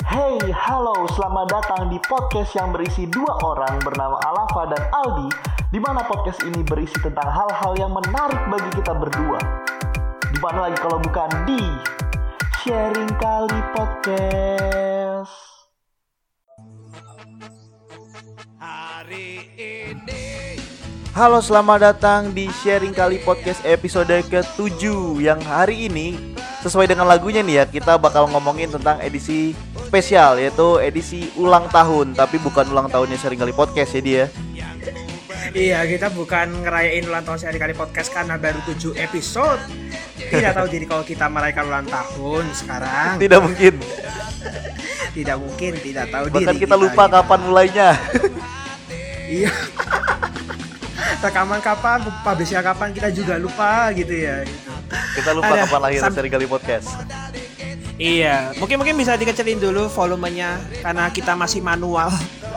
Hey, halo, selamat datang di podcast yang berisi dua orang bernama Alafa dan Aldi, di mana podcast ini berisi tentang hal-hal yang menarik bagi kita berdua. Di mana lagi kalau bukan di Sharing Kali Podcast. Hari ini Halo, selamat datang di Sharing Kali Podcast episode ke-7. Yang hari ini sesuai dengan lagunya nih ya, kita bakal ngomongin tentang edisi spesial, yaitu edisi ulang tahun. Tapi bukan ulang tahunnya Sharing Kali Podcast ya dia. Iya, kita bukan ngerayain ulang tahun Sharing Kali Podcast karena baru 7 episode. Tidak tahu diri kalau kita merayakan ulang tahun sekarang. Tidak mungkin. Tidak mungkin, tidak tahu Bahkan diri. kita lupa kapan mulainya. Iya. Rekaman kapan, publishnya kapan, kita juga lupa gitu ya. Gitu. Kita lupa kapan lahir Sharing Kali Podcast. Iya, mungkin bisa dikecilin dulu volumenya karena kita masih manual.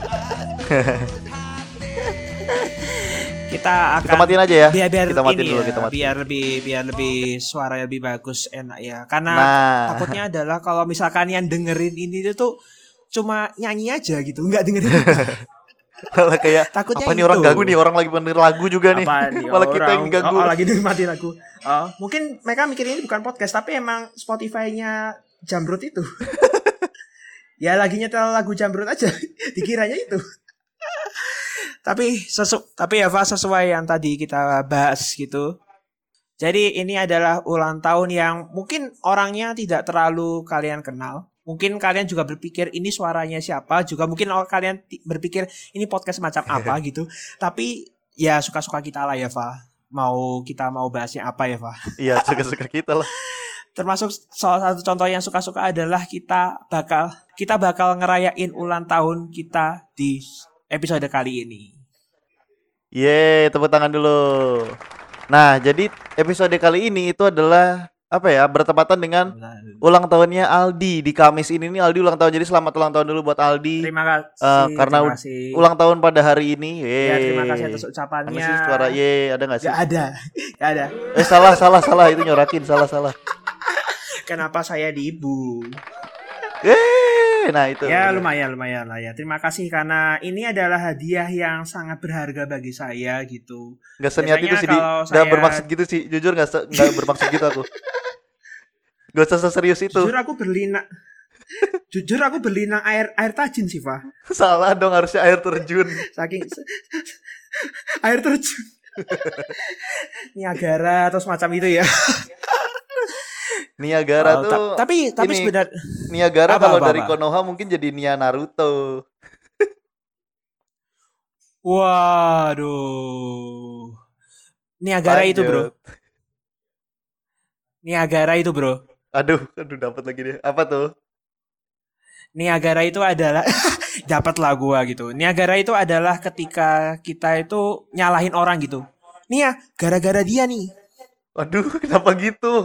Kita matiin aja ya. Biar Kita matiin ini dulu, ya, kita matiin. biar lebih suara lebih bagus, enak ya. Karena takutnya adalah kalau misalkan yang dengerin ini tuh cuma nyanyi aja gitu, nggak dengerin kita. Malah kayak Takutnya apa nih itu. orang ganggu nih, orang lagi bener lagu juga nih. Malah kita yang ganggu. Lagi nikmatin lagu. Mungkin mereka mikirnya ini bukan podcast, tapi emang Spotify-nya Jamrut itu. Ya lagi nyetel lagu Jamrut aja, dikiranya itu. Tapi ya Fa, sesuai yang tadi kita bahas gitu. Jadi ini adalah ulang tahun yang mungkin orangnya tidak terlalu kalian kenal. Mungkin kalian juga berpikir ini suaranya siapa. Juga mungkin kalian berpikir ini podcast macam apa gitu. Tapi ya suka-suka kita lah ya Fa. Kita mau bahasnya apa ya Fa. Iya, suka-suka kita lah. Termasuk salah satu contoh yang suka-suka adalah kita bakal ngerayain ulang tahun kita di episode kali ini. Yeay, tepuk tangan dulu. Nah, jadi episode kali ini itu adalah bertepatan dengan ulang tahunnya Aldi. Di Kamis ini nih Aldi ulang tahun. Jadi selamat ulang tahun dulu buat Aldi. Terima kasih. Karena ulang tahun pada hari ini. Ya, terima kasih atas ucapannya. Mana sih suara ada nggak sih? Gak ada. Salah itu nyorakin salah. Kenapa saya diibu? Nah itu. Ya lumayan lah ya. Terima kasih karena ini adalah hadiah yang sangat berharga bagi saya gitu. Gak seniat itu sih, gak bermaksud gitu sih. Jujur gak bermaksud gitu aku. Gak usah serius itu. Jujur aku berlinang air tajin sih, Fa. Salah dong, harusnya air terjun. Saking air terjun. Niagara atau semacam itu ya. Niagara tuh. Tapi sebenarnya Niagara kalau dari Konoha mungkin jadi Nia Naruto. Waduh. Niagara itu, Bro. Aduh, dapat lagi deh. Apa tuh? Niagara itu adalah dapatlah gua gitu. Niagara itu adalah ketika kita itu nyalahin orang gitu. Nia, gara-gara dia nih. Waduh, kenapa gitu?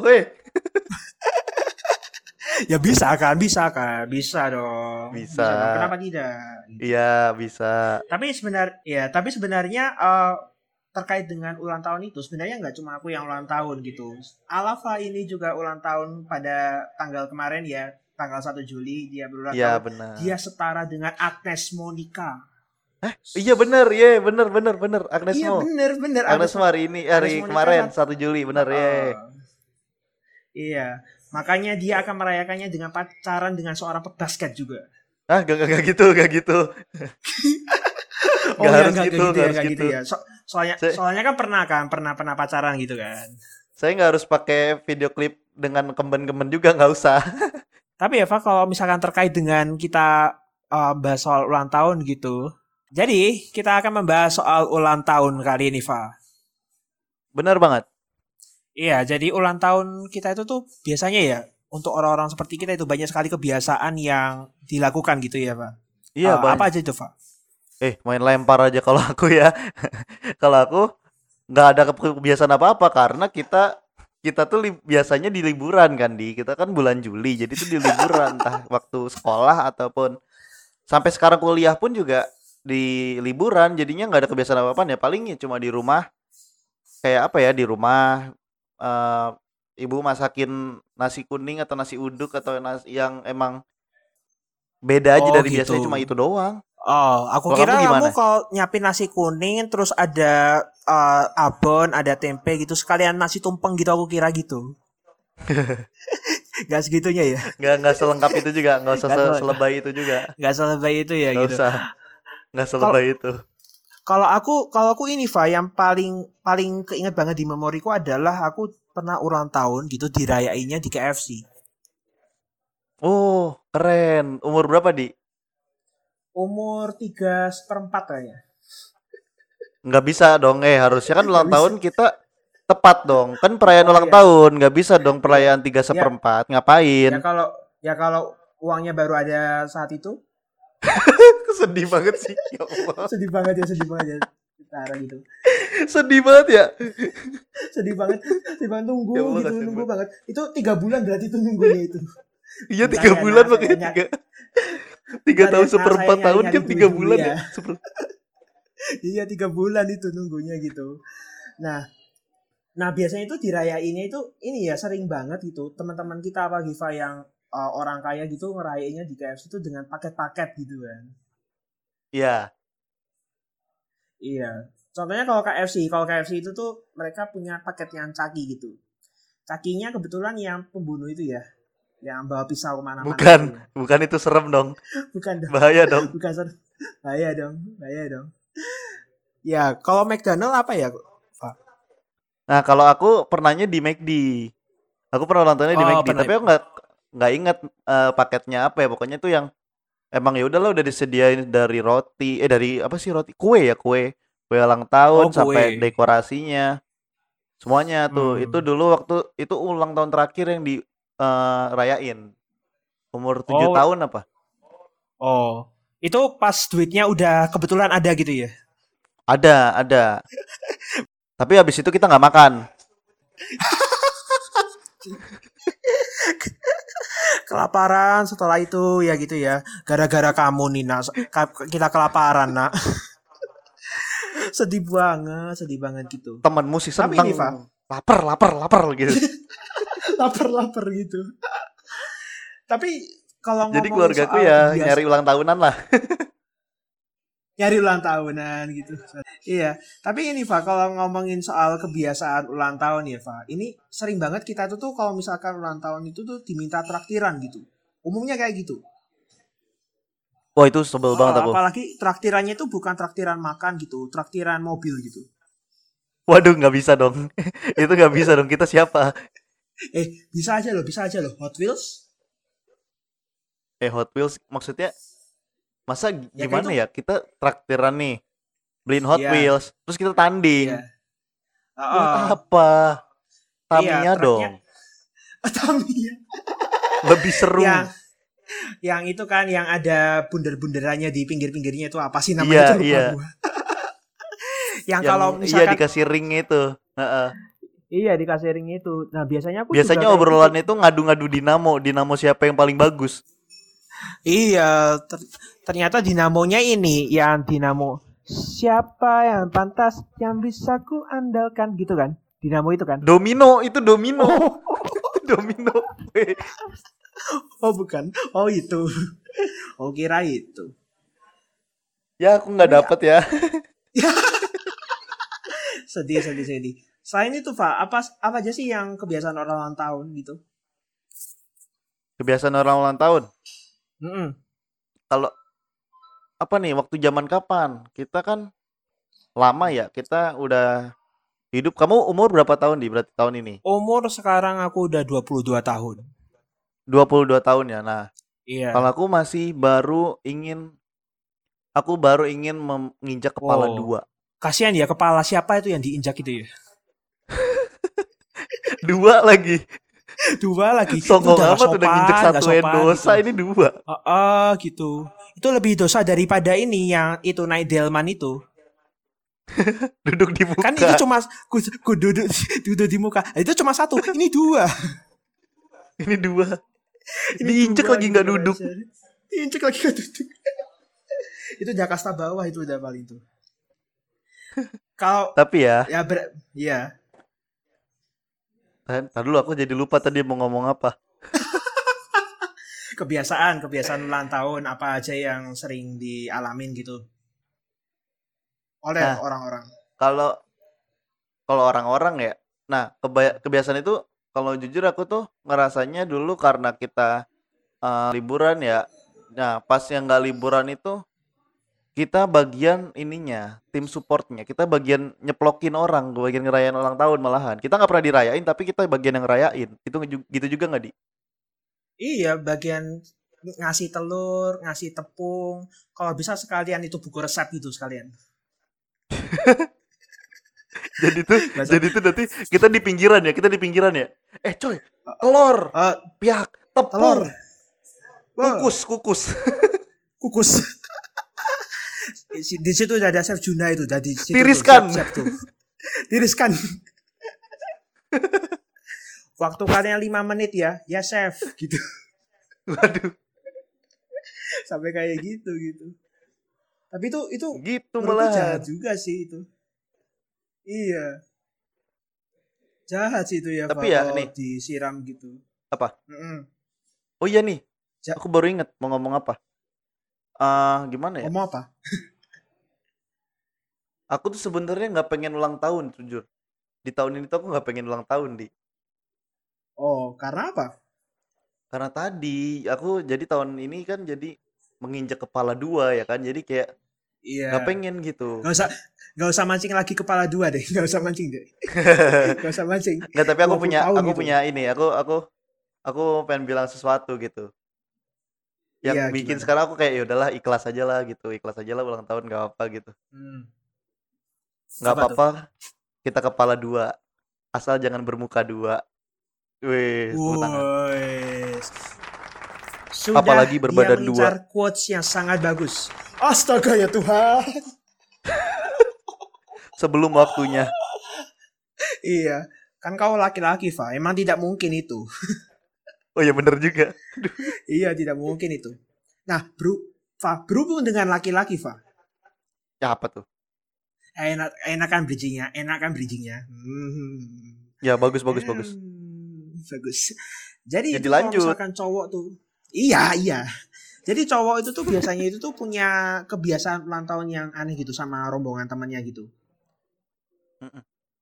Ya bisa dong. Bisa. Kenapa tidak? Iya, bisa. Tapi sebenarnya terkait dengan ulang tahun itu sebenarnya nggak cuma aku yang ulang tahun gitu. Alafa ini juga ulang tahun pada tanggal kemarin ya, tanggal 1 Juli dia berulang tahun. Benar. Dia setara dengan Agnes Monica. Iya benar. Agnes Iya Mo. benar. Agnes Mo hari kemarin 1 Juli benar Iya. Makanya dia akan merayakannya dengan pacaran dengan seorang pebasket juga. Gak gitu. Gak harus gitu ya. Soalnya kan pernah pacaran gitu kan. Saya nggak harus pakai video klip dengan kemben-kemben juga, nggak usah. Tapi Eva, kalau misalkan terkait dengan kita bahas soal ulang tahun gitu. Jadi kita akan membahas soal ulang tahun kali ini, Eva. Benar banget. Iya, jadi ulang tahun kita itu tuh biasanya ya untuk orang-orang seperti kita itu banyak sekali kebiasaan yang dilakukan gitu ya, Pak. Iya, apa aja itu, Pak? Main lempar aja kalau aku ya. Kalau aku nggak ada kebiasaan apa-apa karena kita tuh biasanya di liburan kan, kita kan bulan Juli, jadi tuh di liburan entah waktu sekolah ataupun sampai sekarang kuliah pun juga di liburan, jadinya nggak ada kebiasaan apa-apa ya, paling cuma di rumah kayak di rumah ibu masakin nasi kuning atau nasi uduk atau nasi yang emang Beda aja Oh dari gitu. biasanya cuma itu doang. Oh, aku Kalau kira kamu kamu gimana? kalau nyiapin nasi kuning terus ada abon, ada tempe gitu sekalian nasi tumpeng gitu aku kira gitu. Gak segitunya ya. Nggak selengkap itu juga, nggak usah Gak selebay itu juga, gak selebay itu ya nggak gitu. usah, nggak Kalau selebay itu. kalau aku ini Va yang paling paling keinget banget di memoriku adalah aku pernah ulang tahun gitu dirayainnya di KFC. Oh, keren. Umur berapa, Di? Umur 3/4 kayaknya. Nggak bisa dong. Harusnya kan Gak ulang bisa. tahun kita tepat dong. Kan perayaan Oh ulang ya, tahun, nggak bisa dong iya. perayaan tiga Ya, seperempat. ya Ngapain? kalau ya kalau uangnya baru ada saat itu, Sedih banget sih, ya Allah. sedih banget ya. Cara gitu. Sedih banget ya. Sedih banget Ya Allah, kasihan nunggu banget. banget. Itu 3 bulan berarti itu nunggunya itu. Iya, Bentar tiga ya, bulan makanya saya tiga bentar ya, tahun saya seperempat tahun nyari-nyari kan duit 3 bulan dulu ya. ya. Iya 3 bulan itu nunggunya gitu. Nah, nah biasanya itu dirayainnya itu ini ya sering banget gitu. Teman-teman kita apa Giva yang orang kaya gitu ngerayainnya di KFC itu dengan paket-paket gitu kan. Iya. Iya. Contohnya kalau KFC itu tuh mereka punya paket yang caki gitu. Cakinya kebetulan yang pembunuh itu ya, yang bawa pisau kemana-mana Bukan, itu ya. bukan itu serem dong. Bukan dong, Bahaya dong. bukan bahaya dong, bahaya dong. Ya, kalau McDonald apa ya, Pak? Nah, kalau aku pernahnya di McD. Aku pernah ulang tahunnya di Oh, McD, pernah. tapi aku nggak ingat paketnya apa ya. Pokoknya tuh yang emang ya udahlah udah disediain dari roti, dari apa sih roti? Kue ya, kue ulang tahun Oh, sampai kue. dekorasinya. Semuanya tuh. Itu Hmm. dulu waktu itu ulang tahun terakhir yang di rayain. Umur 7 Oh, tahun apa? oh. Itu pas duitnya udah kebetulan ada gitu ya. Ada. Tapi habis itu kita nggak makan. Kelaparan setelah itu ya gitu ya. Gara-gara kamu nih, Nak. Kita kelaparan, Nak. Sedih banget gitu. Temenmu sih Tapi seneng. ini, Pak, Lapar gitu. lapar-lapar gitu. Tapi kalau Jadi ngomongin keluargaku soal ya nyari ulang tahunan lah. nyari ulang tahunan gitu. Iya, tapi ini Pak, kalau ngomongin soal kebiasaan ulang tahun ya Pak, ini sering banget kita tuh kalau misalkan ulang tahun itu tuh diminta traktiran gitu. Umumnya kayak gitu. Wah, itu sebel Oh, banget aku. apalagi traktirannya itu bukan traktiran makan gitu, traktiran mobil gitu. Waduh, nggak bisa dong. Itu nggak bisa dong. Kita siapa? Bisa aja loh. Hot Wheels, Hot Wheels maksudnya masa ya kayak itu, gimana ya? Kita traktiran nih, beliin Hot ya, Wheels, terus kita tanding. ya. Buat Oh, apa? iya, Tamiya traknya, dong. Tamiya. Lebih seru. Yang itu kan yang ada bunder-bunderannya di pinggir-pinggirnya itu apa sih namanya Iya, itu lupa iya. gua. Yang Yang kalau iya misalkan dikasih ring itu. Heeh. iya dikasih ring itu. Nah, biasanya aku juga Biasanya kayak gitu. obrolannya itu ngadu-ngadu dinamo siapa yang paling bagus. Iya, ternyata dinamonya ini yang dinamo siapa yang pantas yang bisa ku andalkan gitu kan. Dinamo itu kan. Domino, itu domino. Oh, Domino. Weh. oh bukan. Oh itu. Oh kira itu. Ya, aku nggak Tapi dapet ya. sedih. Selain itu, Pak, apa aja sih yang kebiasaan orang ulang tahun gitu? Kebiasaan orang ulang tahun. Mm-mm. Kalau apa nih waktu zaman kapan? Kita kan lama ya. Kita udah hidup. Kamu umur berapa tahun berarti tahun ini? Umur sekarang aku udah 22 tahun. 22 tahun ya. Nah, kalau Iya. aku masih baru ingin menginjak kepala Wow. 2. Kasihan ya kepala siapa itu yang diinjak itu ya. 2 lagi. 2 lagi. Itu Songong udah gak amat udah nginjek sopan, gak satu sopan dosa, gitu. ini 2. Gitu. Itu lebih dosa daripada ini yang itu naik delman itu. Duduk di Kan itu muka. cuma ku duduk di muka. Itu cuma 1, ini 2. Ini 2. Ini Diinjek 2 lagi gitu nggak duduk. Diinjek lagi gak duduk. Itu Jakarta bawah itu udah paling tuh. Kalau Tapi ya, ya ya tadi dulu aku jadi lupa tadi mau ngomong apa. kebiasaan ulang tahun apa aja yang sering dialamin gitu oleh Nah, orang-orang. kalau kalau orang-orang ya, nah kebiasaan itu kalau jujur aku tuh ngerasanya dulu karena kita liburan ya. Nah, pas yang nggak liburan itu kita bagian ininya, tim supportnya. Kita bagian nyeplokin orang, bagian ngerayain ulang tahun malahan. Kita nggak pernah dirayain, tapi kita bagian yang ngerayain. Itu gitu juga nggak di? Iya, bagian ngasih telur, ngasih tepung. Kalau bisa sekalian itu buku resep gitu sekalian. Jadi tuh, Bahasa jadi tuh nanti kita di pinggiran ya, kita di pinggiran ya. Coy, telur, eh, pihak, telur, tepung, wah, kukus. kukus. Di situ udah ada chef Juna itu, jadi situ tuh Tiriskan. siap tuh. Tiriskan. Waktu kalian 5 menit ya chef gitu. Waduh, Sampai kayak gitu. Tapi itu gitu menurutku jahat malahan. juga sih itu. Iya, jahat sih itu ya Pak Tapi ya kalau nih, disiram gitu. apa? Mm-mm. Oh iya nih, Ja- aku baru inget mau ngomong apa. Gimana ya? Ngomong apa? Aku tuh sebenarnya nggak pengen ulang tahun, jujur. Di tahun ini tuh aku nggak pengen ulang tahun, di. Oh, karena apa? Karena tadi aku jadi tahun ini kan jadi menginjak kepala dua ya kan. Jadi kayak nggak Iya. pengen gitu. Gak usah mancing lagi kepala dua deh. Gak usah mancing deh. Gak usah mancing. Nggak, tapi 20 tahun aku gitu. punya ini. Aku pengen bilang sesuatu gitu. Yang Iya, bikin gimana? sekarang aku kayak ya udahlah ikhlas aja lah gitu. Ikhlas aja lah ulang tahun nggak apa gitu. Hmm. Nggak Apa tuh? apa-apa kita kepala dua. Asal jangan bermuka dua. Wih, tepuk tangan. Woi. Sudah Apalagi dia berbadan dua. mengincar quotes yang sangat bagus. Astaga ya Tuhan. Sebelum waktunya. Iya. Kan kau laki-laki, Fa. Emang tidak mungkin itu. Oh ya bener juga. Iya, tidak mungkin itu. Nah, berhubung dengan laki-laki, Fa. Ya apa tuh? Enakan bridgingnya. Ya bagus. Bagus. Jadi Ya itu kalau dilanjut. misalkan cowok tuh, iya. Jadi cowok itu tuh biasanya itu tuh punya kebiasaan ulang tahun yang aneh gitu sama rombongan temannya gitu. Mm-mm.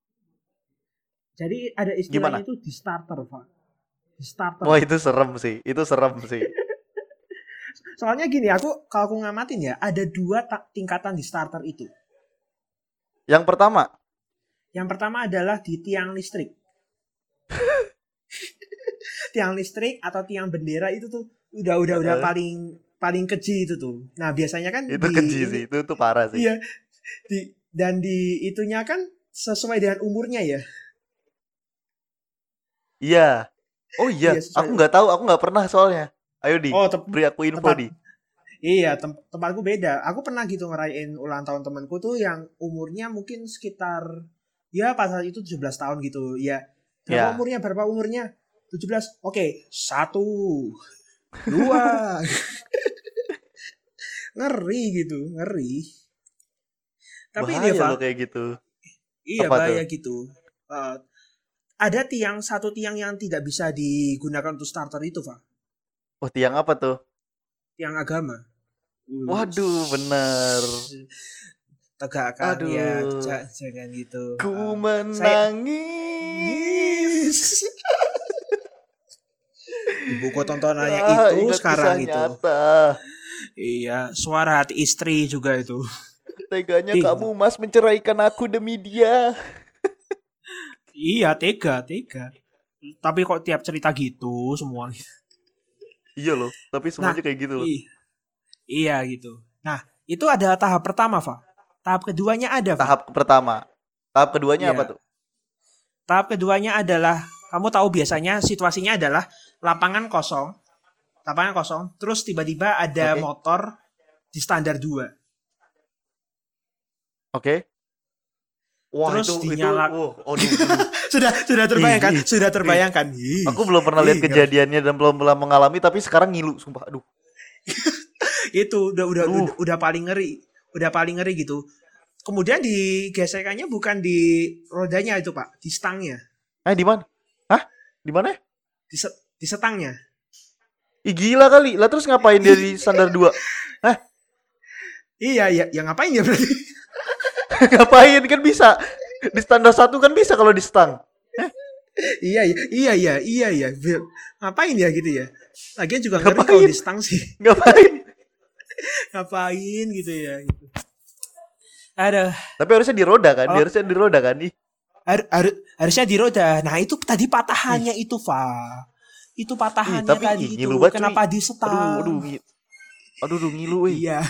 Jadi ada istilahnya Gimana? itu di starter, Pak. Di starter. Wah itu serem sih. Itu serem sih. Soalnya gini, kalau aku ngamatin ya, ada 2 tingkatan di starter itu. Yang pertama. Yang pertama adalah di tiang listrik. Tiang listrik atau tiang bendera itu tuh udah paling keji itu tuh. Nah, biasanya kan Itu di keji ini sih. Itu parah sih. iya, dan di itunya kan sesuai dengan umurnya ya. Iya. Oh Iya, iya. Aku sesuai. nggak tahu. Aku nggak pernah soalnya. Ayo di. Oh, Beri aku info tempat di. iya, tempatku beda. Aku pernah gitu ngerayain ulang tahun temanku tuh yang umurnya mungkin sekitar ya pas saat itu 17 tahun gitu. Ya, Ya. berapa umurnya? 17. Oke, 1 2 ngeri gitu, ngeri. Tapi ini Bahaya Eva, loh kayak gitu. iya Apa tuh? bahaya gitu. Eh, ada satu tiang yang tidak bisa digunakan untuk starter itu, Pak. Oh tiang apa tuh? Tiang agama. Waduh bener. Tegakkan ya, Aduh. jangan gitu. Ku Saya menangis. buku tontonannya itu Ingat kisah sekarang itu. nyata. Iya, suara hati istri juga itu. Teganya Ih, kamu mas menceraikan aku demi dia. iya, tega. Tapi kok tiap cerita gitu semua. Iya loh. Tapi Nah, semuanya kayak gitu loh. iya gitu. Nah, itu ada tahap pertama, Pak. Tahap keduanya ada, Pak. Tahap pertama. Tahap keduanya apa Iya. tuh? Tahap keduanya adalah kamu tahu biasanya situasinya adalah lapangan kosong. Lapangan kosong, terus tiba-tiba ada Oke. motor di standar 2. Oke. Wah Terus itu dinyala. aduh. Sudah terbayangkan. Ih, Aku belum pernah lihat ih, kejadiannya dan belum pernah mengalami tapi sekarang ngilu sumpah. Aduh. itu Aduh. udah paling ngeri gitu. Kemudian digesekannya bukan di rodanya itu Pak, di stangnya, Di mana? Hah? Di mana? di setangnya. Ih gila kali. Lah terus ngapain dia di standar 2? Hah? Iya, ya, ya ngapain ya berarti? Ngapain kan bisa. Di standar 1 kan bisa kalau di stang. Iya, iya, iya, iya, iya, iya. Ngapain ya gitu ya? Lagian juga ngeri kalau Ngapain? di stang sih. Ngapain? Ngapain gitu ya? Gitu. Ada. Tapi harusnya di roda kan? Oh, Harusnya di roda kan? Ih. harusnya di roda. Nah itu tadi Ih, patahannya itu, Fa. Itu ih patahannya tapi ih tadi ngilu itu. banget cuy. Kenapa di Aduh, aduh, stang? aduh, ngilu Iya,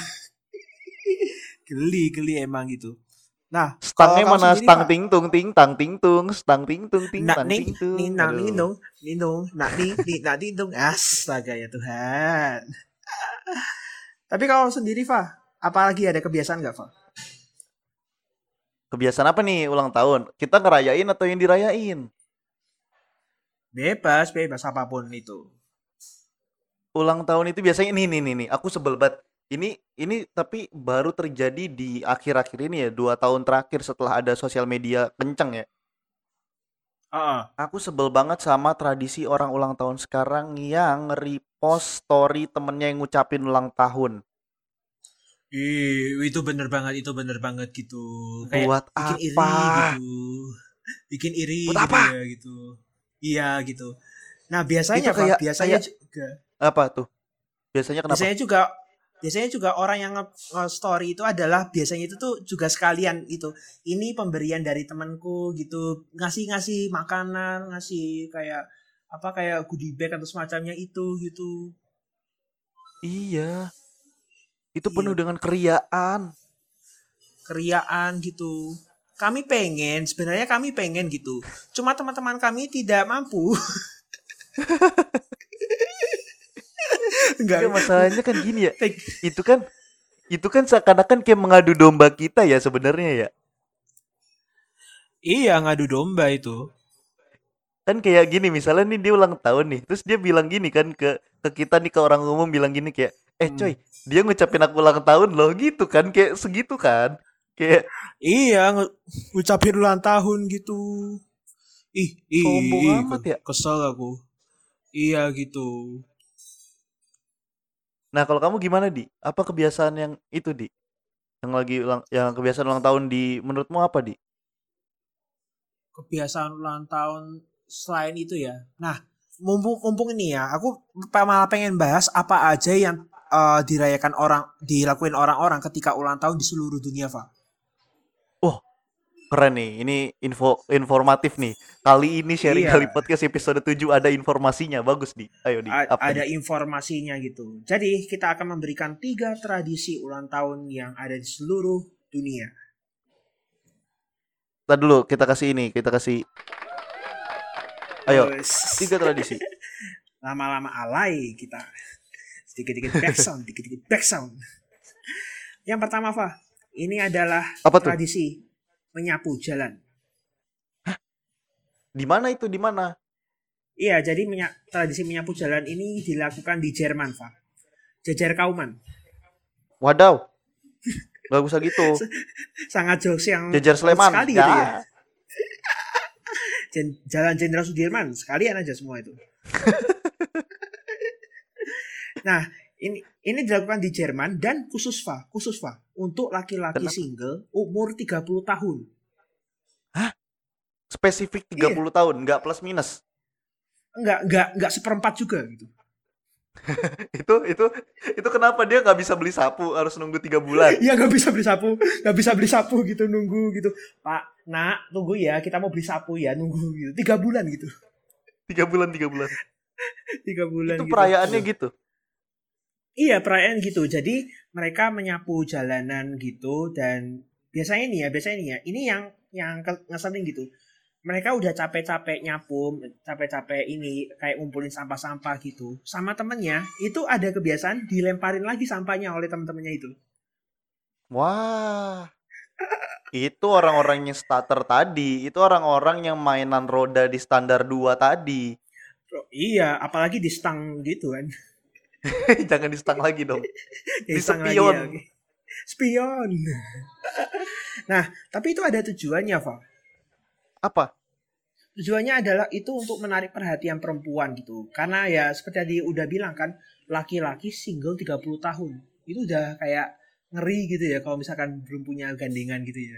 geli emang gitu. Nah, kalau Stangnya kamu mana sendiri, stang Pak? ting tung ting tang ting tung, stang ting tung ting Nak tang nih, ting tung. nih, nak nih Aduh. dong, nih dong, nak nih, nak nih dong. Astaga ya Tuhan. Tapi kalau sendiri, Fa, apalagi ada kebiasaan nggak, Fa? Kebiasaan apa nih ulang tahun? Kita ngerayain atau yang dirayain? Bebas, bebas apapun itu. Ulang tahun itu biasanya nih. Aku sebel banget. Ini tapi baru terjadi di akhir-akhir ini ya, 2 tahun terakhir setelah ada sosial media kenceng ya. Ah, Aku sebel banget sama tradisi orang ulang tahun sekarang yang repost story temennya yang ngucapin ulang tahun. itu bener banget gitu. Kayak Buat bikin apa? iri gitu. Bikin iri Buat gitu apa? ya gitu. Iya gitu. Nah, Itu biasanya, Fa, kayak biasanya kayak juga apa tuh? Biasanya kenapa? biasanya juga biasanya juga orang yang story itu adalah biasanya itu tuh juga sekalian itu, ini pemberian dari temanku gitu, ngasih makanan, ngasih kayak apa, kayak goodie bag atau semacamnya itu gitu. Iya, itu penuh Iya, dengan keriaan. keriaan gitu. Sebenarnya kami pengen gitu, cuma teman-teman kami tidak mampu. Enggak Enggak. masalahnya kan gini ya. Itu kan itu kan seakan-akan kayak mengadu domba kita ya sebenarnya ya. Iya, ngadu domba itu. Kan kayak gini misalnya nih dia ulang tahun nih, terus dia bilang gini kan ke kita nih, ke orang umum bilang gini kayak, Hmm. coy, dia ngucapin aku ulang tahun loh," gitu kan, kayak segitu kan. Kayak Iya, ngucapin ulang tahun gitu. sombong amat ya. Kesel aku. Iya gitu. Nah, kalau kamu gimana, Di? Apa kebiasaan yang itu, Di? Yang kebiasaan ulang tahun di menurutmu apa, Di? Kebiasaan ulang tahun selain itu ya. Nah, mumpung ini ya, aku malah pengen bahas apa aja yang dilakuin orang-orang ketika ulang tahun di seluruh dunia, Pak. Oh, keren nih. Ini informatif nih. Kali ini sharing kali Iya, podcast episode 7 ada informasinya. Bagus, Di. Ayo, Di. Apa, ada Di? informasinya gitu. Jadi, kita akan memberikan 3 tradisi ulang tahun yang ada di seluruh dunia. Kita dulu kita kasih ini, kita kasih ayo, Wes, 3 tradisi. lama-lama alay kita. Sedikit-dikit backsound, dikit-dikit backsound. Yang pertama, Fa, ini adalah Apa tuh? tradisi menyapu jalan. Di mana itu? Di mana? Iya, jadi tradisi menyapu jalan ini dilakukan di Jerman, Pak. Jajar Kauman. Wadaw, gak usah gitu. Sangat jokes yang Jajar old Sleman. sekali gitu ya. Ya. Jalan Jenderal Sudirman, sekalian aja semua itu. Nah, ini dilakukan di Jerman dan khusus Pak, untuk laki-laki Kenapa? single umur 30 tahun. Hah? Spesifik Iya, 30 tahun, nggak plus minus. enggak seperempat juga gitu. itu itu itu kenapa dia nggak bisa beli sapu, harus nunggu 3 bulan? Iya, nggak bisa beli sapu gitu, nunggu gitu. Pak, nak, tunggu ya, kita mau beli sapu ya, nunggu gitu. 3 bulan gitu. 3 bulan, 3 bulan. 3 bulan Itu gitu. perayaannya gitu. Iya, perayaan gitu. Jadi mereka menyapu jalanan gitu, dan biasanya ini ya, ini yang ngeselin gitu. Mereka udah capek-capek nyapu, capek-capek ini kayak ngumpulin sampah-sampah gitu. Sama temennya itu ada kebiasaan dilemparin lagi sampahnya oleh temen-temennya itu. Wah, itu orang-orang yang starter tadi, itu orang-orang yang mainan roda di standar 2 tadi. Oh, iya, apalagi di stang gitu kan. Jangan di stang lagi dong. Di Di stang lagi ya. spion. Oke. Spion. Nah, tapi itu ada tujuannya, Pak. Apa? Tujuannya adalah itu untuk menarik perhatian perempuan gitu. Karena ya seperti tadi udah bilang kan, laki-laki single 30 tahun. Itu udah kayak ngeri gitu ya kalau misalkan belum punya gandengan gitu ya.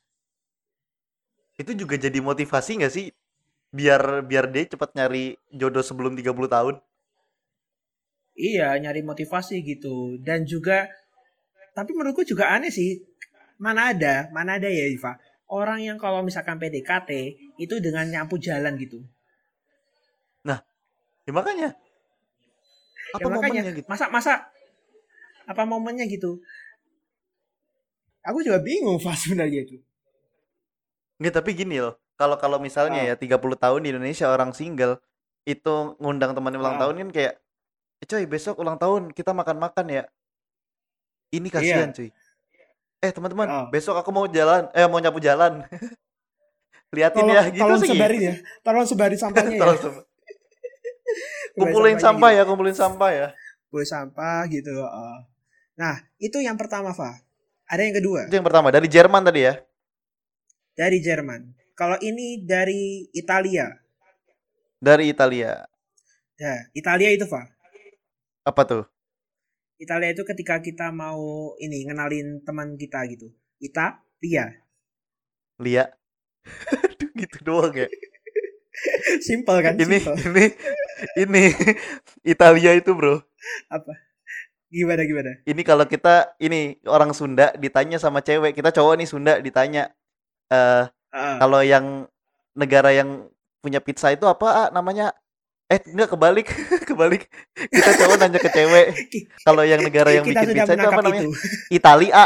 Itu juga jadi motivasi nggak sih? Biar biar dia cepat nyari jodoh sebelum 30 tahun. Iya, nyari motivasi gitu. Dan juga, tapi menurutku juga aneh sih. Mana ada ya Iva. Orang yang kalau misalkan PDKT itu dengan nyapu jalan gitu. Nah, ya makanya Ya apa makanya, momennya gitu? masa apa momennya gitu. Aku juga bingung Pak sebenarnya itu. Nggak, tapi gini loh. Kalau kalau misalnya ya Ah, 30 tahun di Indonesia orang single itu ngundang temannya ulang tahun ah, kan kayak, coy besok ulang tahun kita makan-makan ya. Ini kasihan iya. cuy. Teman-teman, Ah. besok aku mau jalan, mau nyapu jalan. Liatin ya, Tolong gitu tolong sih sebarin gitu. ya. Tolong sebarin sampahnya ya. Tolong Sebarin kumpulin sampahnya sampah gitu. ya, kumpulin sampah ya. Boleh sampah gitu. Nah, itu yang pertama, Fa. Ada yang kedua Itu yang pertama dari Jerman tadi ya. dari Jerman. Kalau ini dari Italia. Dari Italia. Nah, Italia itu, Fa. Apa tuh? Italia itu ketika kita mau ini ngenalin teman kita gitu. Italia. Lia. Aduh, gitu doang ya. Simple kan? Ini Simple. ini ini Italia itu, Bro. Apa? Gimana gimana? Ini kalau kita ini orang Sunda ditanya sama cewek, kita cowok nih Sunda ditanya eh Ah, kalau yang negara yang punya pizza itu apa namanya? Enggak, kebalik. Kebalik. Kita cowok nanya ke cewek, kalau yang negara yang kita bikin sudah pizza itu apa menangkap namanya? itu. Italia.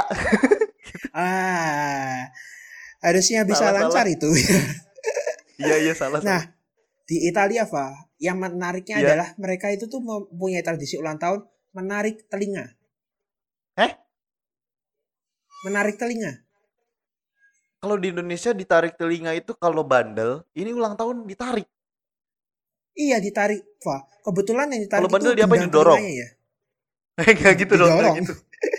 Ah, harusnya bisa Salah lancar salah. itu. Iya iya, salah Nah, salah. di Italia, Fa, yang menariknya Iya. adalah mereka itu tuh mempunyai tradisi ulang tahun menarik telinga. Eh, Menarik telinga. kalau di Indonesia ditarik telinga itu kalau bandel, ini ulang tahun ditarik. Iya, ditarik, Fa. Kebetulan yang Kalau ditarik itu bandel diapain, gendang didorong? telinganya ya. Enggak gitu dong, enggak Didorong. gitu.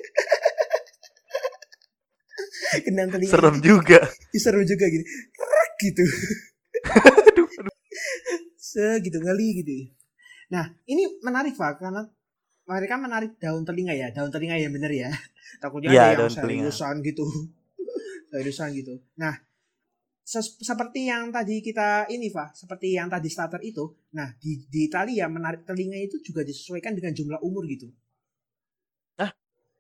Gendang telinganya Serem juga. diseru juga gitu. Krek gitu. Aduh, aduh. Segitu ngeli gitu. Nah, ini menarik, Fa, karena mereka menarik daun telinga ya. Daun telinga yang bener ya. Takutnya Iya, ada yang daun telinga. seriusan gitu. Seriusan gitu. Nah, seperti yang tadi kita ini, Pak, seperti yang tadi starter itu. Nah, di Italia menarik telinga itu juga disesuaikan dengan jumlah umur gitu. Nah,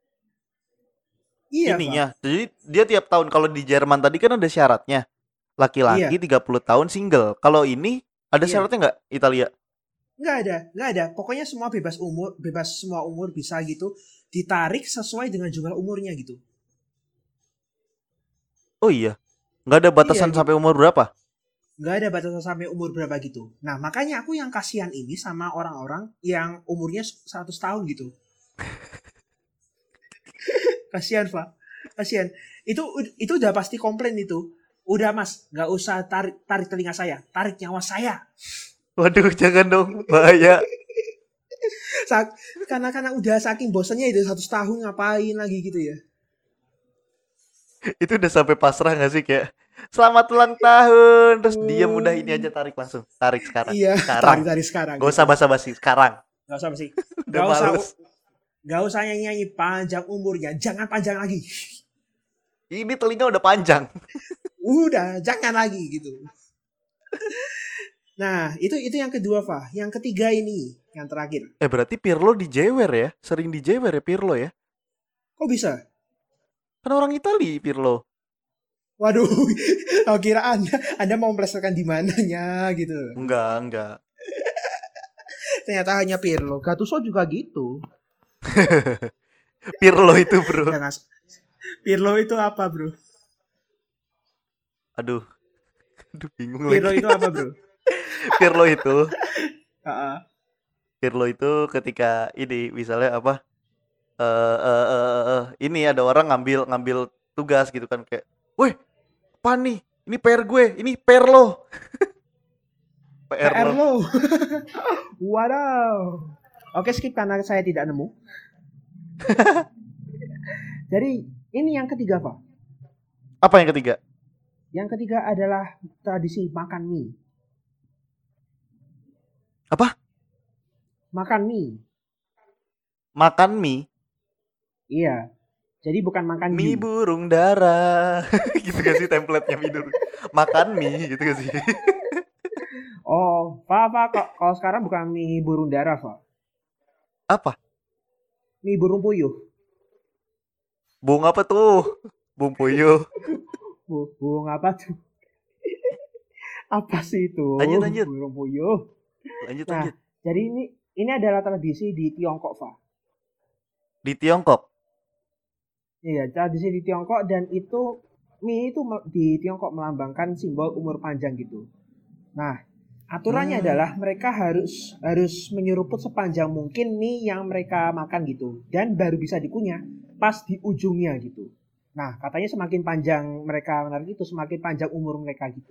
Iya, Pak. ininya. Jadi dia tiap tahun, kalau di Jerman tadi kan ada syaratnya. Laki-laki Iya, 30 tahun single. Kalau ini ada iya. syaratnya nggak, Italia? Nggak ada. Pokoknya semua bebas umur, bebas semua umur bisa gitu. Ditarik sesuai dengan jumlah umurnya gitu. Oh iya. Nggak ada Iya, batasan sampai umur berapa? nggak ada batasan sampai umur berapa gitu. Nah, makanya aku yang kasihan ini sama orang-orang yang umurnya 100 tahun gitu. Kasihan, Pak. Kasihan. Itu udah pasti komplain itu. Udah, Mas, nggak usah tarik telinga saya, tarik nyawa saya. Waduh, jangan dong. Bahaya. Sa- karena udah saking bosannya itu 100 tahun ngapain lagi gitu ya. Itu udah sampai pasrah nggak sih, kayak selamat ulang tahun, terus diam, udah ini aja, Hmm, tarik langsung. Tarik sekarang. iya, Sekarang. tarik sekarang Gak gitu. usah basa-basi, sekarang. Gak usah sih. Udah Gak usah males. gak usah nyanyi panjang umurnya, jangan panjang lagi. Ini telinga udah panjang. Udah, jangan lagi gitu. Nah, itu yang kedua, Pak. Yang ketiga ini, yang terakhir. Berarti Pirlo dijewer ya? Sering dijewer ya Pirlo ya? Kok bisa? Kan orang Itali Pirlo. Waduh, aku kira Anda mau melesetkan di mananya gitu. Enggak. Ternyata hanya Pirlo. Gattuso juga gitu. Pirlo itu, bro. Jangan. Pirlo itu apa, Bro? Aduh, bingung Pirlo lagi. itu apa, Bro? Pirlo itu, Heeh. Pirlo itu ketika ini misalnya apa? Ini ada orang ngambil tugas gitu kan, kayak, "Woi, apa nih? Ini PR gue, ini PR lo." PR PR lo. lo. Wadaw. Oke, skip karena saya tidak nemu. Jadi, ini yang ketiga, Pak. Apa yang ketiga? Yang ketiga adalah tradisi makan mie. Apa? Makan mie. Makan mie? Iya. Jadi bukan makan Mie you. burung dara. Gitu gak sih template-nya mie dulu? Makan mie gitu gak sih? Oh, kalau sekarang bukan mie burung dara, Pak. Apa? Mie burung puyuh. Bung apa tuh? Bung Puyuh. Burung apa tuh? Apa sih itu? Lanjut lanjut. Burung puyuh. Lanjut Nah, lanjut. jadi ini adalah tradisi di Tiongkok, Pak. Di Tiongkok. Iya, tradisi di Tiongkok dan itu mie itu di Tiongkok melambangkan simbol umur panjang gitu. Nah, aturannya adalah mereka harus menyeruput sepanjang mungkin mie yang mereka makan gitu dan baru bisa dikunyah pas di ujungnya gitu. Nah, katanya semakin panjang mereka menarik itu semakin panjang umur mereka gitu.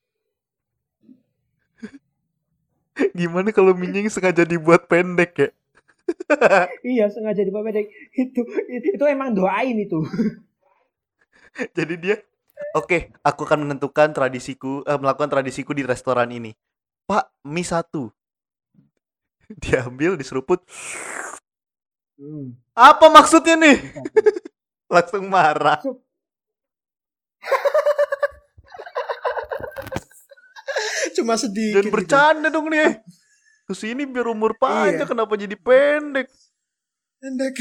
Gimana kalau minyak sengaja dibuat pendek ya? Iya, sengaja dipendek. Itu emang doain itu. Jadi dia, oke, aku akan menentukan melakukan tradisiku di restoran ini. Pak, mie 1. Diambil, diseruput. Apa maksudnya nih? Langsung marah. Cuma sedikit. Dan bercanda dong nih. Kesini biar umur panjang, Iya. kenapa jadi pendek? Pendek.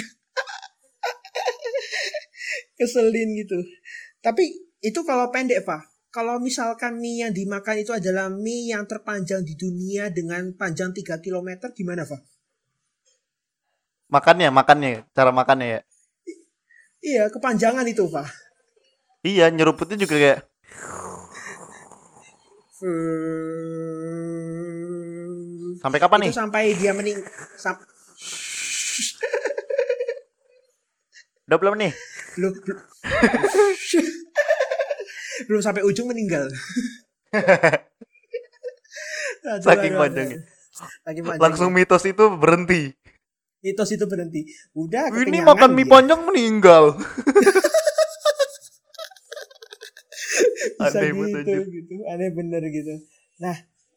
Keselin gitu. Tapi itu kalau pendek, Pak. Kalau misalkan mie yang dimakan itu adalah mie yang terpanjang di dunia dengan panjang 3 kilometer, gimana, Pak? Makannya, cara makannya ya. Iya, kepanjangan itu, Pak. Iya, nyeruputnya juga kayak sampai kapan nih? Itu sampai dia mening. Udah belum nih? Belum, belum sampai ujung meninggal. Saking panjangnya. Langsung mitos itu berhenti. Mitos itu berhenti. Udah Ini kekenyangan makan mie dia. panjang meninggal. Bisa Aneh gitu, banget anjir. gitu. Aneh bener gitu. Nah,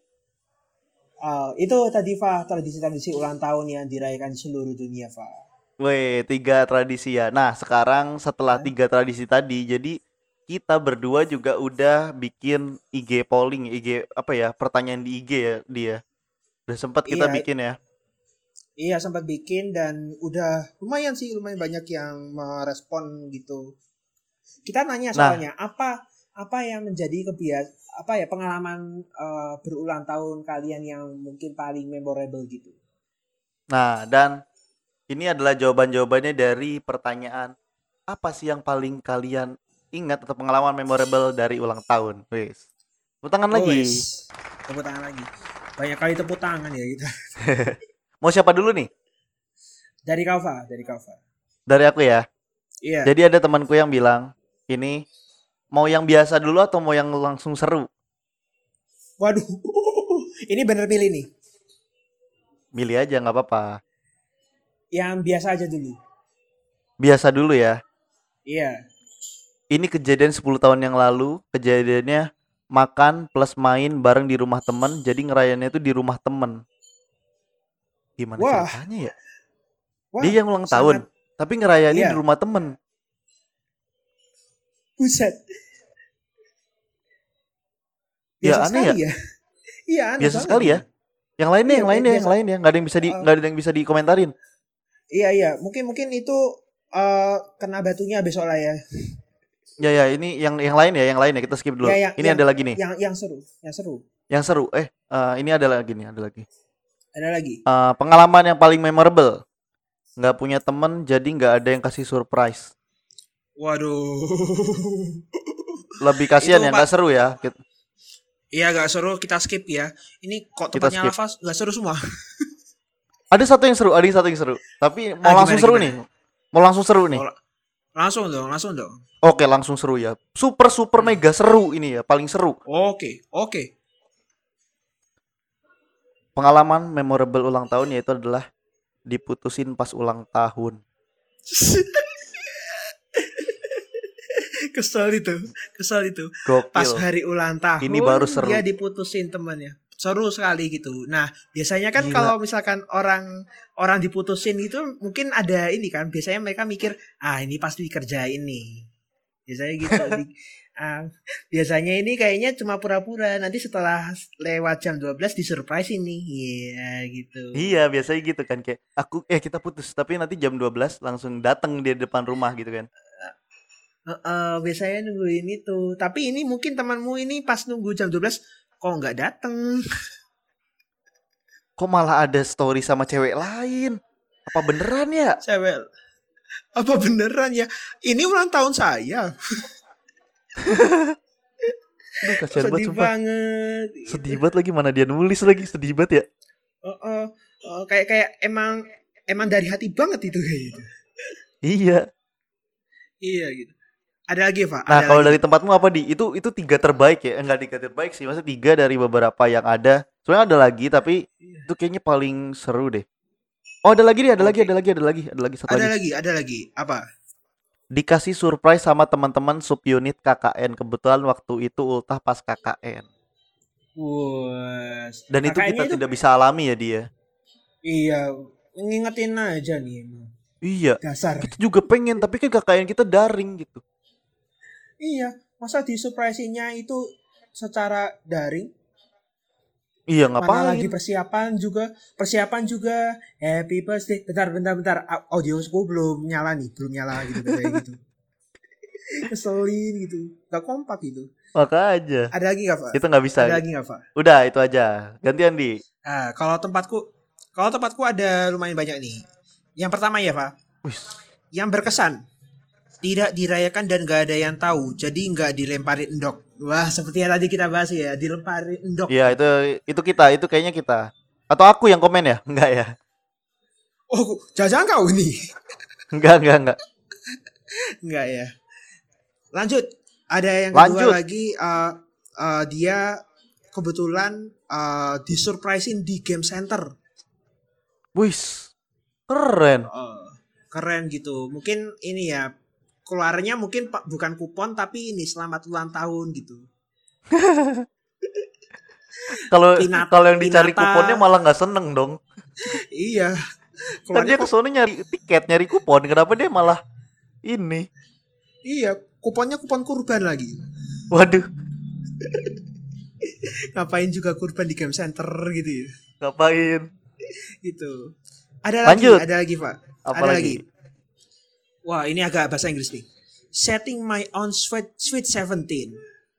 itu tadi Fa, tradisi-tradisi ulang tahun yang dirayakan di seluruh dunia, Fa. Weh, 3 tradisi ya. Nah, sekarang setelah 3 tradisi tadi, jadi kita berdua juga udah bikin IG polling, IG apa ya, pertanyaan di IG ya dia. Udah sempat kita Iya, bikin ya. iya sempat bikin dan udah lumayan sih, lumayan banyak yang merespon gitu. Kita nanya soalnya apa yang menjadi pengalaman berulang tahun kalian yang mungkin paling memorable gitu. Nah, dan ini adalah jawaban-jawabannya dari pertanyaan apa sih yang paling kalian ingat atau pengalaman memorable dari ulang tahun. Wes. Tepuk tangan lagi. Tepuk tangan lagi. Banyak kali tepuk tangan ya gitu. Mau siapa dulu nih? Dari Kaufa. Dari aku ya. Iya. Jadi ada temanku yang bilang, ini mau yang biasa dulu atau mau yang langsung seru? Waduh. Ini bener pilih nih. Milih aja nggak apa-apa. Yang biasa aja dulu. Biasa dulu ya. Iya. Ini kejadian 10 tahun yang lalu. Kejadiannya makan plus main bareng di rumah temen. Jadi ngerayainnya itu di rumah temen. Gimana ceritanya ya? Wah, dia yang ulang tahun, tapi ngerayainnya di rumah temen. Buset. Biasa ya aneh ya? Iya, aneh biasa sekali ya. Yang lainnya, nggak ada yang bisa dikomentarin. Iya. Mungkin itu kena batunya besok lah ya. Ya, ini yang lain ya, kita skip dulu. Ini ada lagi nih. Yang seru. Ini ada lagi nih, Ada lagi. Pengalaman yang paling memorable. Nggak punya temen, jadi nggak ada yang kasih surprise. Waduh. Lebih kasihan ya, nggak seru ya. Iya, nggak seru, kita skip ya. Ini kok tempatnya Lava nggak seru semua. Ada satu yang seru. Tapi mau langsung seru nih. Langsung dong. Oke, langsung seru ya. Super mega seru ini ya, paling seru. Oke. Pengalaman memorable ulang tahun yaitu adalah diputusin pas ulang tahun. Kesel itu. Gokil. Pas hari ulang tahun Ini baru seru. dia diputusin temannya. seru sekali gitu. Nah, biasanya kan Gila. kalau misalkan orang diputusin itu mungkin ada ini kan, biasanya mereka mikir, ini pasti dikerjain nih. Biasanya gitu. Ah, biasanya ini kayaknya cuma pura-pura, nanti setelah lewat jam 12 disurprise ini. Iya, gitu. Iya, biasanya gitu kan, kayak kita putus tapi nanti jam 12 langsung datang di depan rumah gitu kan. Biasanya nungguin itu. Tapi ini mungkin temanmu ini pas nunggu jam 12 kok nggak dateng. Kok malah ada story sama cewek lain? Apa beneran ya? Cewek. Apa beneran ya? Ini ulang tahun saya. Aduh, kasihan banget Sedih sumpah. banget. Sedih banget lagi, mana dia nulis lagi, sedih banget ya. Kayak emang dari hati banget itu kayak gitu. Iya. Iya gitu. Ada lagi, Pak? Nah, Ada kalau lagi. dari tempatmu apa di? Itu 3 terbaik ya? Enggak 3 terbaik sih, maksudnya 3 dari beberapa yang ada. Sebenarnya ada lagi tapi itu kayaknya paling seru deh. Oh, ada lagi nih, ada lagi Oke. satu lagi. Ada lagi. Apa? Dikasih surprise sama teman-teman subunit KKN. Kebetulan waktu itu ultah pas KKN. Wah. Dan itu Kakaknya kita itu tidak bisa alami ya dia. iya, ngingetin aja nih emang. Iya. Dasar. Kita juga pengen, tapi kan KKN kita daring gitu. Iya, masa di surprise-nya itu secara daring? Iya, Mana lagi ngapain? persiapan juga happy birthday. Bentar. Audioku belum nyala gitu kayak gitu. Keselin gitu, nggak kompak gitu. Makanya Ada lagi nggak, Pak? kita nggak bisa. Ada lagi nggak, Pak? Udah, itu aja. Gantian di. Kalau tempatku ada lumayan banyak nih. Yang pertama ya, Pak, Wih, yang berkesan tidak dirayakan dan gak ada yang tahu, jadi nggak dilemparin endok. Wah, seperti yang tadi kita bahas ya, dilemparin endok. iya itu itu kayaknya kita. Atau aku yang komen ya? Enggak ya? Oh, jangan kau nih. Enggak. Enggak ya. Lanjut. Ada yang Lanjut. kedua lagi. Dia kebetulan disurprisein di game center. Wis, keren. Keren gitu. Mungkin ini ya, keluarnya mungkin bukan kupon tapi ini selamat ulang tahun gitu. Kalau kalau yang dicari Pinata. kuponnya malah nggak seneng dong. Iya. Kan dia kesana nyari tiket, nyari kupon. Kenapa dia malah ini? Iya, kuponnya kupon kurban lagi. Waduh, Ngapain juga kurban di game center gitu ya. ngapain? Gitu. Ada Lanjut. lagi, Pak. Apa Ada lagi? lagi. Wah, ini agak bahasa Inggris nih. Setting my own sweet 17.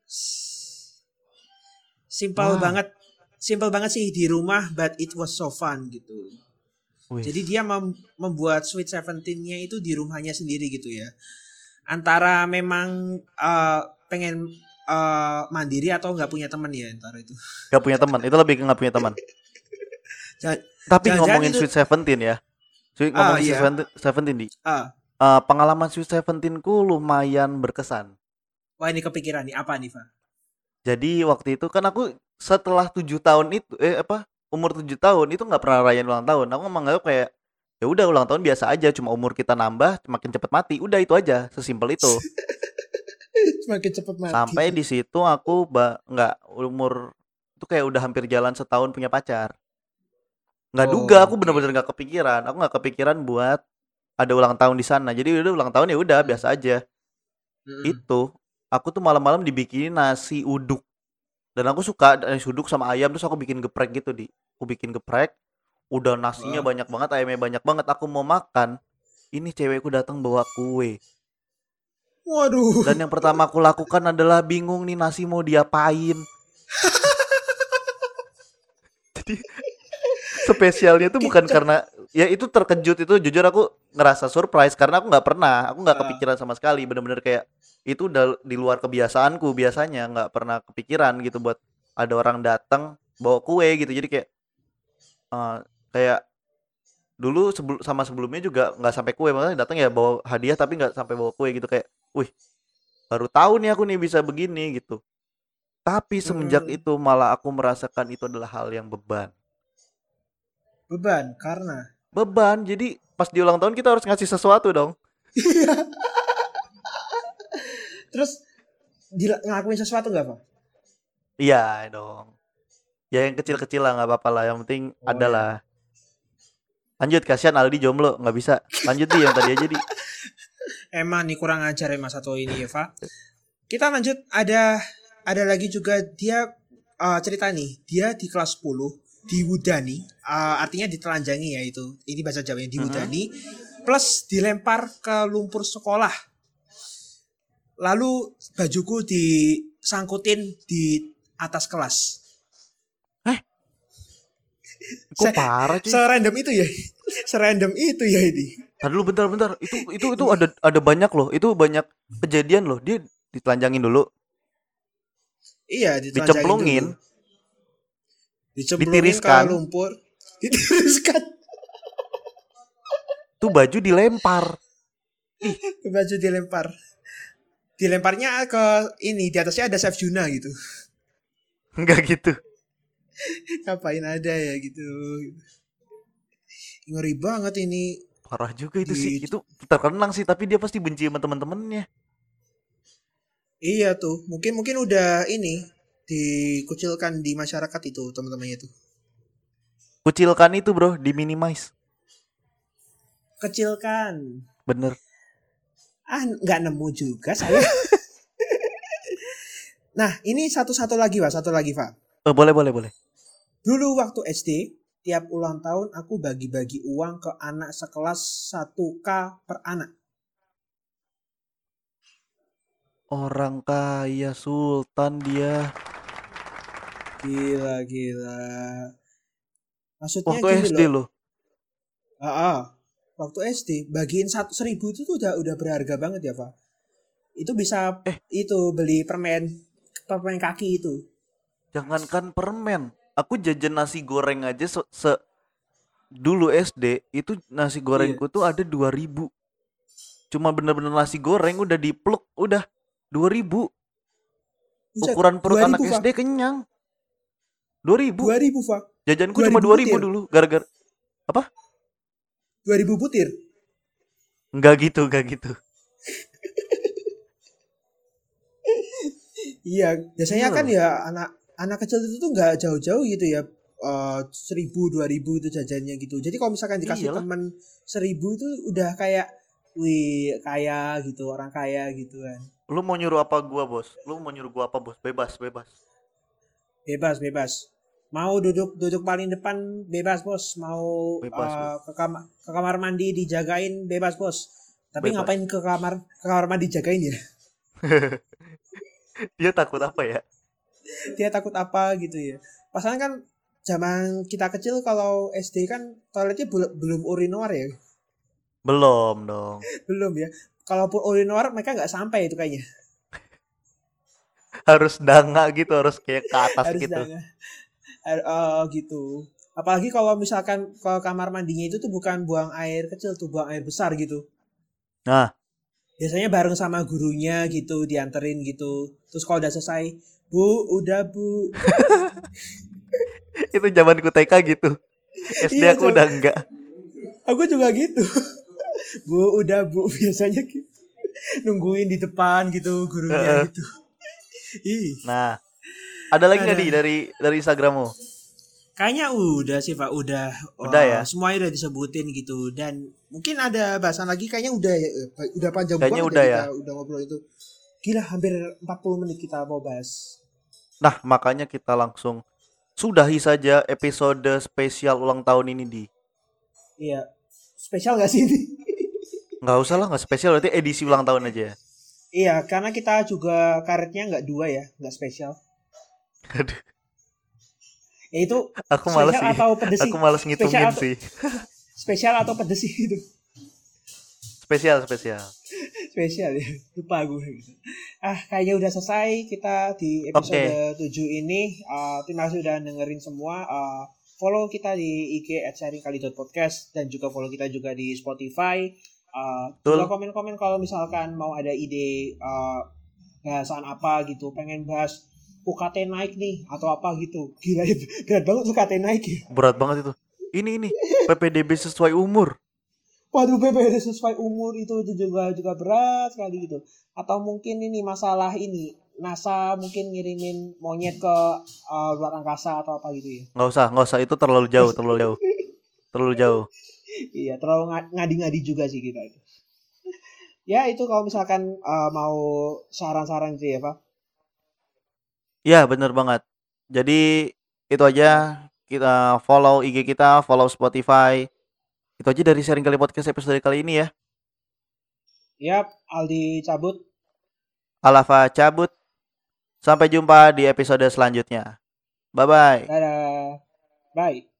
Simple Wow. banget. Simple banget sih di rumah, but it was so fun gitu. Wih. Jadi dia membuat Sweet 17-nya itu di rumahnya sendiri gitu ya. Antara memang pengen mandiri atau nggak punya teman ya, antara itu. Gak punya teman. Itu lebih ke nggak punya teman. Tapi Jangan-jangan ngomongin itu- Sweet 17 ya. Ngomongin iya. Sweet 17 di. Ah, Pengalaman Sweet 17-ku lumayan berkesan. wah ini kepikiran nih, apa nih, Pak? Jadi waktu itu kan aku setelah 7 tahun itu umur 7 tahun itu nggak pernah rayain ulang tahun. Aku menganggap kayak ya udah ulang tahun biasa aja, cuma umur kita nambah makin cepet mati. Udah itu aja, sesimpel itu. Semakin cepat mati. Sampai di situ aku nggak umur itu kayak udah hampir jalan setahun punya pacar. Nggak duga, aku Oke. bener-bener nggak kepikiran. Aku nggak kepikiran buat ada ulang tahun di sana. Jadi udah ulang tahun ya udah biasa aja. Mm-mm. Itu aku tuh malam-malam dibikinin nasi uduk. Dan aku suka nasi uduk sama ayam, terus aku bikin geprek gitu aku bikin geprek, udah nasinya Wah. banyak banget, ayamnya banyak banget, aku mau makan. Ini cewekku datang bawa kue. Waduh. Dan yang pertama aku lakukan adalah bingung nih nasi mau diapain. Jadi spesialnya tuh bukan karena ya itu terkejut, itu jujur aku ngerasa surprise karena aku nggak kepikiran sama sekali, bener-bener kayak itu udah di luar kebiasaanku, biasanya nggak pernah kepikiran gitu buat ada orang datang bawa kue gitu. Jadi kayak kayak dulu sebelumnya juga nggak sampai kue, makanya datang ya bawa hadiah tapi nggak sampai bawa kue gitu, kayak wih baru tahu nih aku nih bisa begini gitu. Tapi semenjak itu malah aku merasakan itu adalah hal yang beban. Karena Jadi pas di ulang tahun kita harus ngasih sesuatu dong. terus ngelakuin sesuatu nggak, Pak? Iya dong. Ya yang kecil-kecil lah nggak apa-apa lah. Yang penting Oh ada ya. lah. Lanjut, kasihan Aldi jomblo nggak bisa. Lanjut di yang tadi aja di. Emang nih kurang ajar ya Mas satu ini ya, Pak. Kita lanjut, ada lagi juga dia cerita nih. Dia di kelas 10 diwudani, artinya ditelanjangi ya itu. Ini bahasa Jawanya diwudani plus dilempar ke lumpur sekolah. Lalu bajuku disangkutin di atas kelas. Kok parah cuy? Serandom itu ya. Serandom itu ya ini. Tadi dulu bentar. Itu ada banyak loh. Itu banyak kejadian loh. Dia ditelanjangin dulu, Iya, ditelanjangin dicemplungin, dulu. Dicemplungin ke ditiriskan, lumpur. Ditiriskan. tuh baju dilempar. Baju dilempar. Dilemparnya ke ini, di atasnya ada Chef Juna gitu. Enggak gitu. Ngapain ada ya gitu. Ngeri banget ini. Parah juga itu sih. Itu terkenang sih, tapi dia pasti benci sama teman-temannya. Iya tuh, mungkin udah ini dikucilkan di masyarakat itu teman-temannya tuh. Kucilkan itu bro, diminimize. Kecilkan. Bener. Nggak nemu juga saya. Nah, ini satu lagi Pak. Boleh. Dulu waktu SD, tiap ulang tahun aku bagi-bagi uang ke anak sekelas 1K per anak. Orang kaya sultan dia. Gila. Maksudnya Waktu gini SD loh. loh. Waktu SD bagiin 1.000 itu tuh udah berharga banget ya Pak. Itu bisa itu beli permen kaki itu. Jangankan permen, aku jajan nasi goreng aja dulu SD itu nasi gorengku tuh ada 2.000. Cuma bener-bener nasi goreng udah dipluk udah 2.000. Ukuran perut 2.000, anak Pak. SD kenyang. 2.000. 2.000 Pak. Jajanku cuma 2.000 dulu gara-gara apa? 2.000 butir. Enggak gitu. Iya, biasanya kan ya anak kecil itu tuh nggak jauh-jauh gitu ya. 1.000, 2.000 itu jajannya gitu. Jadi kalau misalkan dikasih temen 1.000 itu udah kayak, wih kaya gitu, orang kaya gitu kan. Lu mau nyuruh apa gua bos? Bebas. Bebas. Mau duduk paling depan bebas bos. Mau ke kamar mandi dijagain bebas bos. Tapi ngapain ke kamar mandi jagain ya? Dia takut apa ya? Dia takut apa gitu ya? Pasalnya kan zaman kita kecil kalau SD kan toiletnya belum urinoir ya? Belum dong. Belum ya. Kalaupun urinoir mereka nggak sampai itu kayaknya. Harus danga gitu, harus kayak ke atas harus gitu. Gitu. Apalagi kalau misalkan ke kamar mandinya itu tuh bukan buang air kecil tuh, buang air besar gitu. Nah, biasanya bareng sama gurunya gitu, dianterin gitu. Terus kalau udah selesai, udah bu. Itu zamanku TK gitu. SD aku udah enggak. Aku juga gitu. Udah bu, biasanya gitu. Nungguin di depan gitu gurunya gitu. Nah, ada lagi nggak dari Instagrammu? Kayaknya udah sih Pak, udah ya. Semuanya udah disebutin gitu, dan mungkin ada bahasan lagi kayaknya udah panjang kayaknya banget udah ya. Kita udah ngobrol itu. Gila, hampir 40 menit kita mau bahas. Nah, makanya kita langsung sudahi saja episode spesial ulang tahun ini di. Iya. Spesial gak sih ini? Nggak usah lah, nggak spesial, berarti edisi ulang tahun aja. Iya, karena kita juga karetnya nggak 2 ya, nggak spesial. Aduh. Ya itu aku malas sih. Atau pedes sih? Aku malas ngitungin sih. Spesial atau pedes sih itu? Spesial ya, lupa gue gitu. Kayaknya udah selesai kita di episode 7 ini. Terima kasih udah dengerin semua. Follow kita di IG @sharingkali.podcast dan juga follow kita juga di Spotify. Juga komen-komen kalau misalkan mau ada ide bahasan apa gitu, pengen bahas UKT naik nih atau apa gitu. Gila, berat banget UKT naik ya. Berat banget itu. Ini PPDB sesuai umur. Waduh, PPDB sesuai umur itu juga berat sekali gitu. Atau mungkin ini masalah ini NASA mungkin ngirimin monyet ke luar angkasa atau apa gitu ya. Nggak usah, itu terlalu jauh, terlalu jauh. Iya, terlalu ngadi-ngadi juga sih kita itu. Ya itu kalau misalkan mau saran-saran sih ya Pak. Ya, bener banget. Jadi itu aja, kita follow IG kita, follow Spotify. Itu aja dari sharing kali podcast episode kali ini ya. Yap, Aldi cabut. Alafa cabut. Sampai jumpa di episode selanjutnya. Bye bye. Dadah. Bye.